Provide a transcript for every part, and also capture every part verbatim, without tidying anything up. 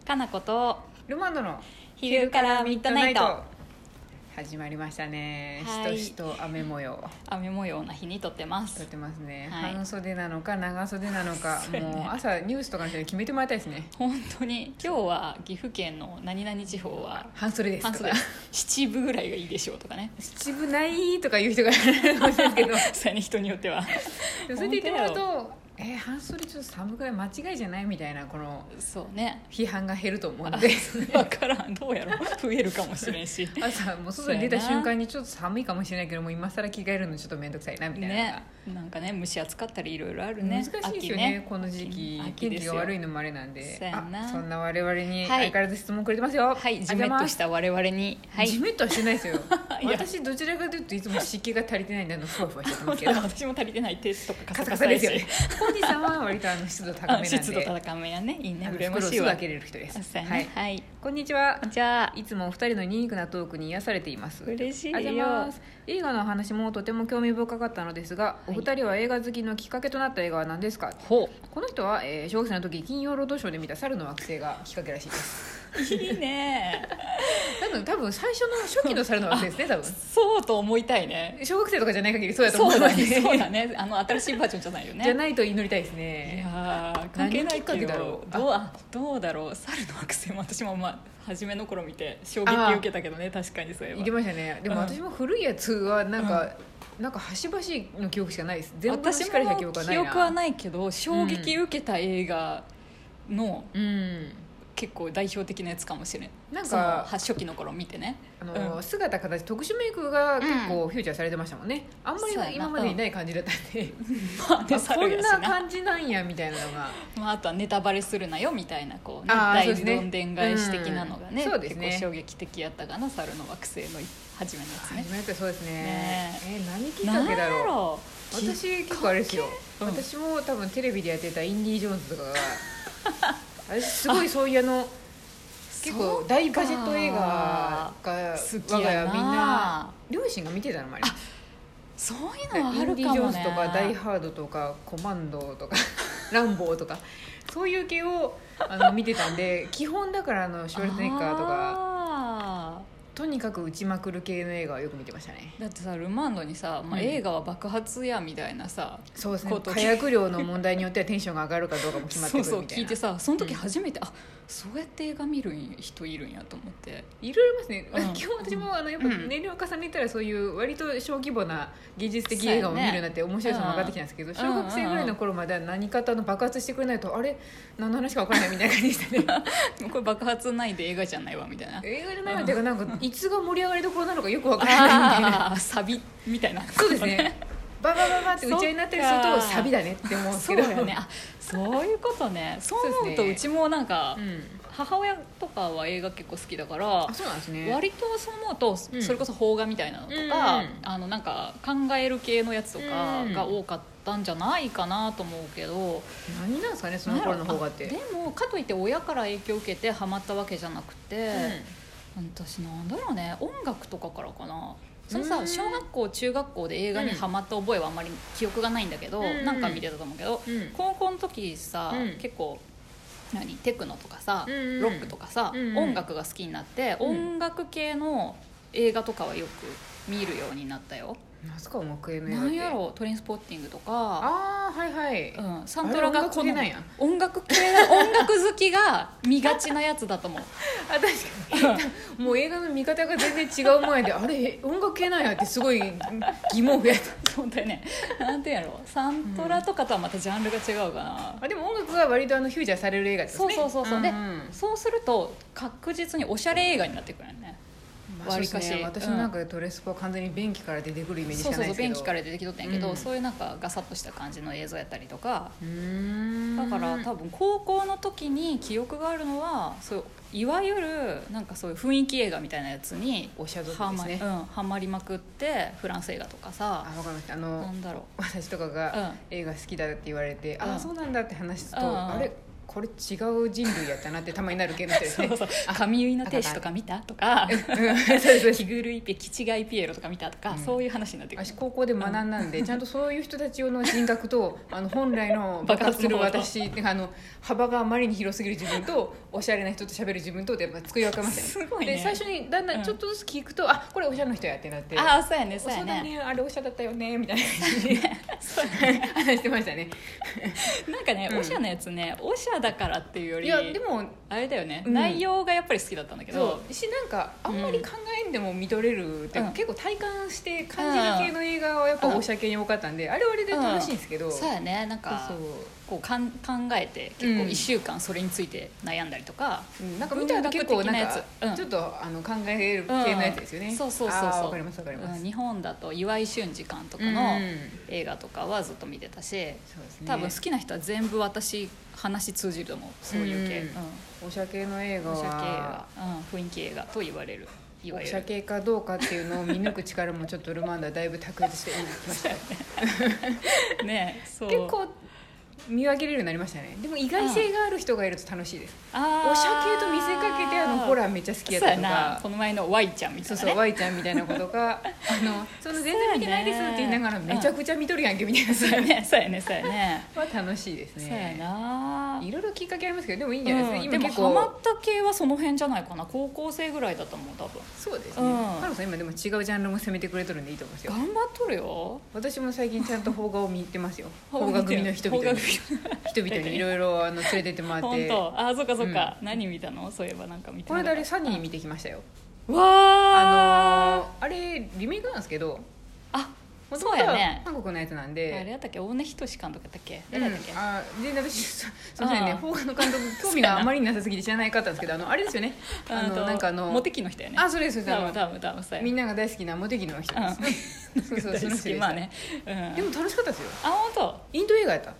かなことルマンドの昼からミッドナイト始まりましたね。 はい、 しとしと雨模様雨模様な日に撮ってます。 撮ってますね、 はい、 半袖なのか長袖なのか、 ね、 もう朝ニュースとかの人に決めてもらいたいですね。 本当に今日は岐阜県の何々地方は半袖ですとか七分ぐらいがいいでしょうとかね、 七分ないとか言う人がいるかもしれないですけどそれに人によってはでもそれで言ってもらうとえー、半袖ちょっと寒くない間違いじゃないみたいなこのそうね批判が減ると思うので分からんどうやろ増えるかもしれんし朝もう外に出た瞬間にちょっと寒いかもしれないけども今更着替えるのちょっと面倒くさいなみたいな、 ね、なんかね蒸し暑かったりいろいろあるね。 難しいですよ ね, ねこの時期天気が悪いのもあれなんで、あそんな我々に相変わらず質問くれてますよ。 はい、はい、ジメッとした我々に、はい、 ジメッとはしてないですよ私どちらかというといつも湿気が足りてないんでふわふわしてますけど私も足りてない手とかカサカカササですよね。コニーさんは割とあの湿度高めなんで湿度高めやね、いいね、羨ましいわ。 袋をすぐ開けれる人です。 はい、はいはい、 こんにちは。 じゃあいつもお二人のユニークなトークに癒されています。 嬉しいよ。 ありがとうございます。映画の話もとても興味深かったのですが、はい、お二人は映画好きのきっかけとなった映画は何ですか。 ほう、 この人は、えー、小学生の時金曜ロードショーで見た猿の惑星がきっかけらしいです。 いいね。 多分多分最初の初期の猿の惑星ですね。多分そうと思いたいね。 小学生とかじゃない限りそうやと思うので、 ね、そうだね。あの新しいバージョンじゃないよね。 じゃないと祈りたいですね。 いや関係ないけどだろう。どうあどうだろう。猿の惑星も私もまあ初めの頃見て衝撃を受けたけどね。確かにそういえば。 いけましたね。でも私も古いやつはなんか。うんなんか端々の記憶しかないです。全部しっかりした記憶はないな。 記憶はないけど衝撃受けた映画の、うん、結構代表的なやつかもしれん。なんか初期の頃見てね、 あの、うん、姿形特殊メイクが結構フューチャーされてましたもんね、うん、あんまり今までにない感じだったんで、まあね、こんな感じなんやみたいなのが、 まあ、あとはネタバレするなよみたいなこう、ね、大どんでん返し的なのがね、うん、結構衝撃的やったかな。猿の惑星の初めのやつね。 初めのやつはそうですね。ねえ何きっかけだろう。私結構あれですよ、 うん、 私も多分テレビでやってたインディ・ジョーンズとかがあれすごいそういうあの結構大バジェット映画が好きやな。 みんな両親が見てたのもあります。 そういうのはあるかもね。インディ・ジョーンズとかダイ・ハードとかコマンドとかランボーとかそういう系をあの見てたんで基本だからあのシュワルツェネッガーとかとにかく打ちまくる系の映画はよく見てましたね。 だってさルマンドにさ、まあ、映画は爆発やみたいなさ、 うん、そうですね、火薬量の問題によってはテンションが上がるかどうかも決まってくるみたいな。 そうそう聞いてさその時初めて、うん、あそうやって映画見る人いるんやと思って。 いろいろいますね、うん、基本私もあのやっぱ年齢を重ねたらそういう割と小規模な芸術的映画を見るようになって面白さも分かってきたんですけど、小学生ぐらいの頃までは何かとあの爆発してくれないとあれ何の話か分からないみたいな感じでしたねこれ爆発ないで映画じゃないわみたいな。 映画じゃないわっていうかなんかいつが盛り上がりどころなのかよく分からないみたいなサビみたいな。 そうですねババババって打ち合いになったりするとサビだねって思うんですけど。 そうよね。あそういうことね。そう思うとうちもなんか、うん、母親とかは映画結構好きだからあそうなんですね。 割とそう思うと、うん、それこそ邦画みたいなのとか、うん、あのなんか考える系のやつとかが多かったんじゃないかなと思うけど、 何なんですかねその頃の邦画って。 でもかといって親から影響を受けてハマったわけじゃなくて、うん、私なんだろうね音楽とかからかな。そのさ小学校中学校で映画にハマった覚えはあんまり記憶がないんだけど、うん、なんか見てたと思うけど、うん、高校の時さ、うん、結構何テクノとかさ、うん、ロックとかさ、うん、音楽が好きになって、うん、音楽系の映画とかはよく見るようになったよ。 何すか音楽系の映画って。 何やろうトレインスポッティングとか。 ああはいはい、 うん、サントラがこの音楽系なんや。 音楽系音楽好きが見がちなやつだと思うあ確かにもう映画の見方が全然違う前であれ音楽系なんやってすごい疑問がやったそうだよね。なんてやろうサントラとかとはまたジャンルが違うかな、 うん、あでも音楽が割とあのフューチャーされる映画ですね。 そうそうそうそう、 うんうん、 でそうすると確実におしゃれ映画になってくるよね。 わりかし、ね、私の中でトレスポは完全に便器から出てくるイメージしかないですけど、 そうそうそう便器から出てきとったんやけど、うん、そういうなんかガサッとした感じの映像やったりとか。うーんだから多分高校の時に記憶があるのはそういわゆるなんかそういう雰囲気映画みたいなやつにおっしゃるですね、 はま、うん、はまりまくってフランス映画とかさ。 あ分かりました。あのなんだろう私とかが映画好きだって言われて、うん、ああそうなんだって話すと、 うん、 あれこれ違う人類やったなってたまになる系の人ですね。 そうそう髪結いの天使とか見たとか着ぐるいピ気違いピエロとか見たとか、うん、そういう話になってくる。 私高校で学んだんで、うん、ちゃんとそういう人たち用の人格とあの本来の爆発する私あの幅があまりに広すぎる自分とおしゃれな人と喋る自分とでやっぱ作り分けましたね。 すごいね。 で最初にだんだんちょっとずつ聞くと、うん、あこれおしゃれな人やってなって、 ああそうやねそうやね、 そうだねあれおしゃれだったよねみたいな感じで話してましたね。 なんかね、うん、おしゃのやつねおしゃだからっていうよりいやでもあれだよね、 うん、 内容がやっぱり好きだったんだけど、 そうしなんかあんまり考えんでも見とれるって、うん、結構体感して感じる系の映画はやっぱおしゃ系に多かったんで、うん、あれはあれで楽しいんですけど、うん、 そうやねなんかそうこうかん考えて結構いっしゅうかんそれについて悩んだりとか、うん、 なんか見たら結構なんかちょっとあの考える系のやつですよね、 うん、そうそうそうそうわかりますわかります、 うん、日本だと岩井俊二監督の映画とかはずっと見てたし、うんうんそうですね、多分好きな人は全部私話通じると思うそういう系、うんうん、おしゃ系の映画はおしゃ系映画、うん、雰囲気映画と言われるいわゆるおしゃ系かどうかっていうのを見抜く力もちょっとルマンダだいぶ卓越してきましたよねそう結構見分けれるようになりましたね。でも意外性がある人がいると楽しいです。おしゃ系と見せかけてあのホラーめっちゃ好きやったとかこの前の Y ちゃんみたいな、ね、 そうそう Y ちゃんみたいなことかあのその全然見てないですって言いながらめちゃくちゃ見とるやんけみたいな、 そうやねそうやねそうやねは楽しいですね。 そうやないろいろきっかけありますけどでもいいんじゃないですか、 うん、 今結構でもハマった系はその辺じゃないかな。高校生ぐらいだと思う多分。 そうですね、うん、ハロさん今でも違うジャンルも攻めてくれとるんでいいと思いますよ。 頑張っとるよ。 私も最近ちゃんと邦画を見てますよ。邦画組の人々に人々にいろいろ連れてってもらって本当あそっかそっか、うん、何見たの。そういえばなんか見てこの間あれサニー見てきましたよ。 わああのー、あれリメイクなんですけどあそうやね韓国のやつなんであれやったっけ大根仁監督だったっけ誰だったっけ、うん、 あ全然私すいませんね邦画の監督興味があまりになさすぎて知らないかったんですけどあのあれですよねあのなんかあのモテキの人やね。 あそうです多分多分多分そうやみんなが大好きなモテキの人です、うん、そうそうその人でした、 まあねうん、 でも楽しかったですよ。 あ本当インド映画やった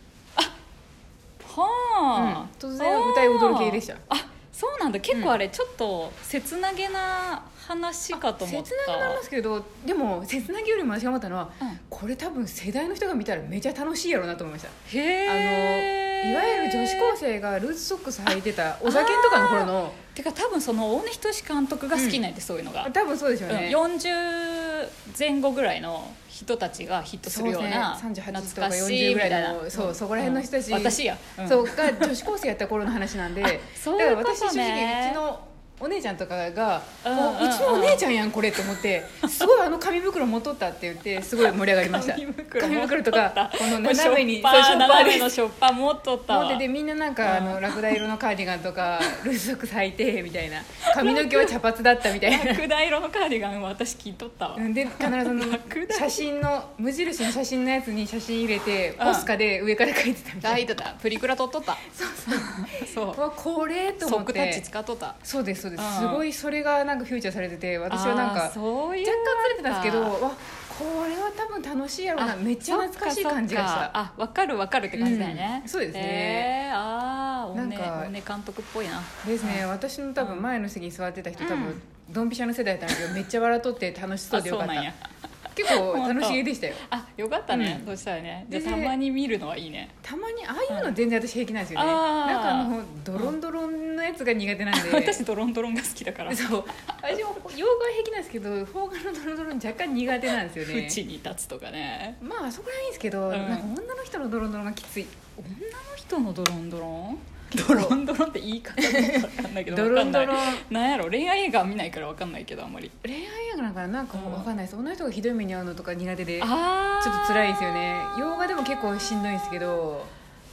はあ、 うん、突然歌い踊る系でした。 あそうなんだ。結構あれちょっと切なげな話かと思った。 切なげなんですけどでも切なげよりも私が思ったのは、うん、これ多分世代の人が見たらめちゃ楽しいやろうなと思いました。 へあのいわゆる女子高生がルーズソックス履いてたお酒とかの頃のてか多分その大根仁監督が好きなんで、うん、そういうのが多分そうでしょうね、 うん、よんじゅうぜん後ぐらいの人たちがヒットするようなさんじゅうはちとかよんじゅうぐらいのそう、そこら辺の人たち、うん、 私や、 うん、そうが女子高生やった頃の話なんでそういうことね。 だから私正直うちのお姉ちゃんとかが、うんうんうん、うちのお姉ちゃんやんこれと思ってすごいあの紙袋持っとったって言ってすごい盛り上がりました紙 袋, 紙袋とかこの斜めに斜めのショッパー持っとったわ。 持っててみんななんかあのラクダ色のカーディガンとかルーズソックス履いてみたいな髪の毛は茶髪だったみたいなラクダ色のカーディガンは私聞いとったわ。 で必ずの写真の無印の写真のやつに写真入れてポスカで上から描いてたみたいな。 書いてたプリクラ撮っとったそうそうそうこれと思ってソックタッチ使っとった。 そうですそうです、すごいそれがなんかフューチャーされてて私はなんか若干ずれてたんですけどわこれは多分楽しいやろうなめっちゃ懐かしい感じがした。 あ分かる分かるって感じだよね、 うん、そうですね、 えー、ああなんか大根監督っぽいなですね、うん、私の多分前の席に座ってた人多分、うん、ドンピシャの世代だったんだけどめっちゃ笑っとって楽しそうでよかった。結構楽しげでしたよ。 あよかったね、うん、そうしたらねじゃたまに見るのはいいね。 たまにああいうの全然私平気なんですよね、うん、なんかあのドロンドロンのやつが苦手なんで私ドロンドロンが好きだからそう私も洋画は平気なんですけど邦画のドロンドロン若干苦手なんですよね。 縁に立つとかね。 まあそこらいいんですけど、うん、なんか女の人のドロンドロンがきつい。 女の人のドロンドロンドロンドロンって言い方分かんないけどドロンドロンなんやろ恋愛映画見ないから分かんないけどあんまり恋愛映画なんかなんかもう分かんないです、うん、女の人がひどい目に遭うのとか苦手でちょっと辛いですよね。洋画でも結構しんどいんですけど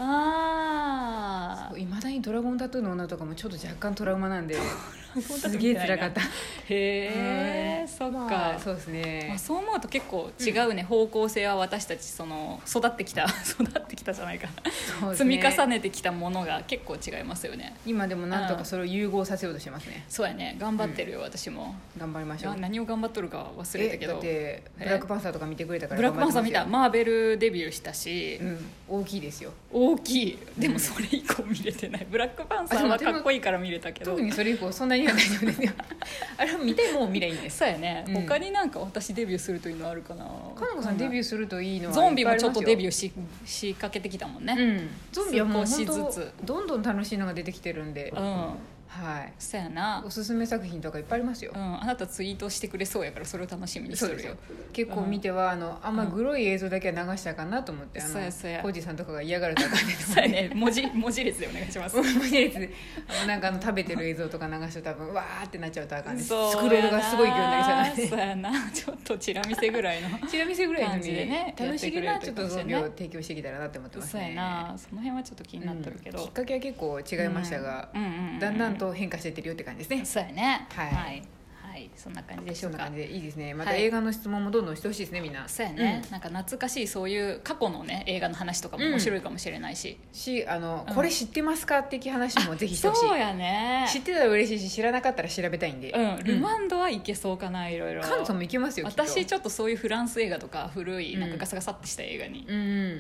あいまだにドラゴンタトゥーの女とかもちょっと若干トラウマなんですげえ辛かった。 へえそっか、 まあ、そうですね、 まあ、そう思うと結構違うね、うん、方向性は私たちその育ってきた育ってきたじゃないか、ね、積み重ねてきたものが結構違いますよね。 今でもなんとかそれを融合させようとしてますね、 うん、そうやね頑張ってるよ、うん、私も頑張りましょう。 何を頑張っとるか忘れたけどだってブラックパンサーとか見てくれたからブラックパンサー見たマーベルデビューしたし、 うん、大きいですよ。 大大きい。でもそれ以降見れてない。ブラックパンサーはかっこいいから見れたけど、 特にそれ以降そんなには大丈夫ですよあれは見たいもん見りゃいいんです。 そうやね、 うん、 他になんか私デビューするというのあるかな。 かなこさんデビューするといいのはゾンビもちょっとデビューー し, しかけてきたもんね、 うん、ゾンビはもう少し本ずつ当どんどん楽しいのが出てきてるんで、 うん、 はい、 そうやな、 おすすめ作品とかいっぱいありますよ、 うん、あなたツイートしてくれそうやからそれを楽しみにしてるよ。 結構見ては、あのあんまグロい映像だけは流したかなと思って、 うん、 あそうやそうやのコージさんとかが嫌がるとかねそうやね、文字文字列でお願いします文字列であのなんかあの食べてる映像とか流して多分わーってなっちゃうとあかんです。 そうスクロールがすごい勢いになりそうなんでそうやな、ちょっとチラ見せぐらいのチラ見せぐらいの感じでね楽しげなちょっとゾンビをやって提供してきたらなって思ってますそうね。 やな、その辺はちょっと気になってるけど、 うん、きっかけは結構違いましたが、 うんうんうんうん、 だんだんと変化していってるよって感じですね。 そうやね、 はい、 はいはい、そんな感じでしょうか。 そんな感じでいいですね。また映画の質問もどんどんしてほしいですね、みんな。 そうやね、 うん、 なんか懐かしいそういう過去のね映画の話とかも面白いかもしれないし、 うん、しあの、 うん、 これ知ってますか的話もぜひしてほしい。 そうやね、 知ってたら嬉しいし知らなかったら調べたいんで、 うん、ルマンドはいけそうかな、いろいろ。 カントもいけますよきっと。 私ちょっとそういうフランス映画とか古いなんかガサガサってした映画にうん、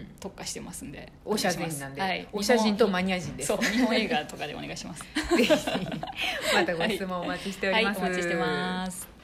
特化してますんで、 オシャ人なんで、 はい、 オシャ人とマニア人です。 そう、日本映画とかでお願いしますぜひまたご質問お待ちしております、 はい、お待ちしてます。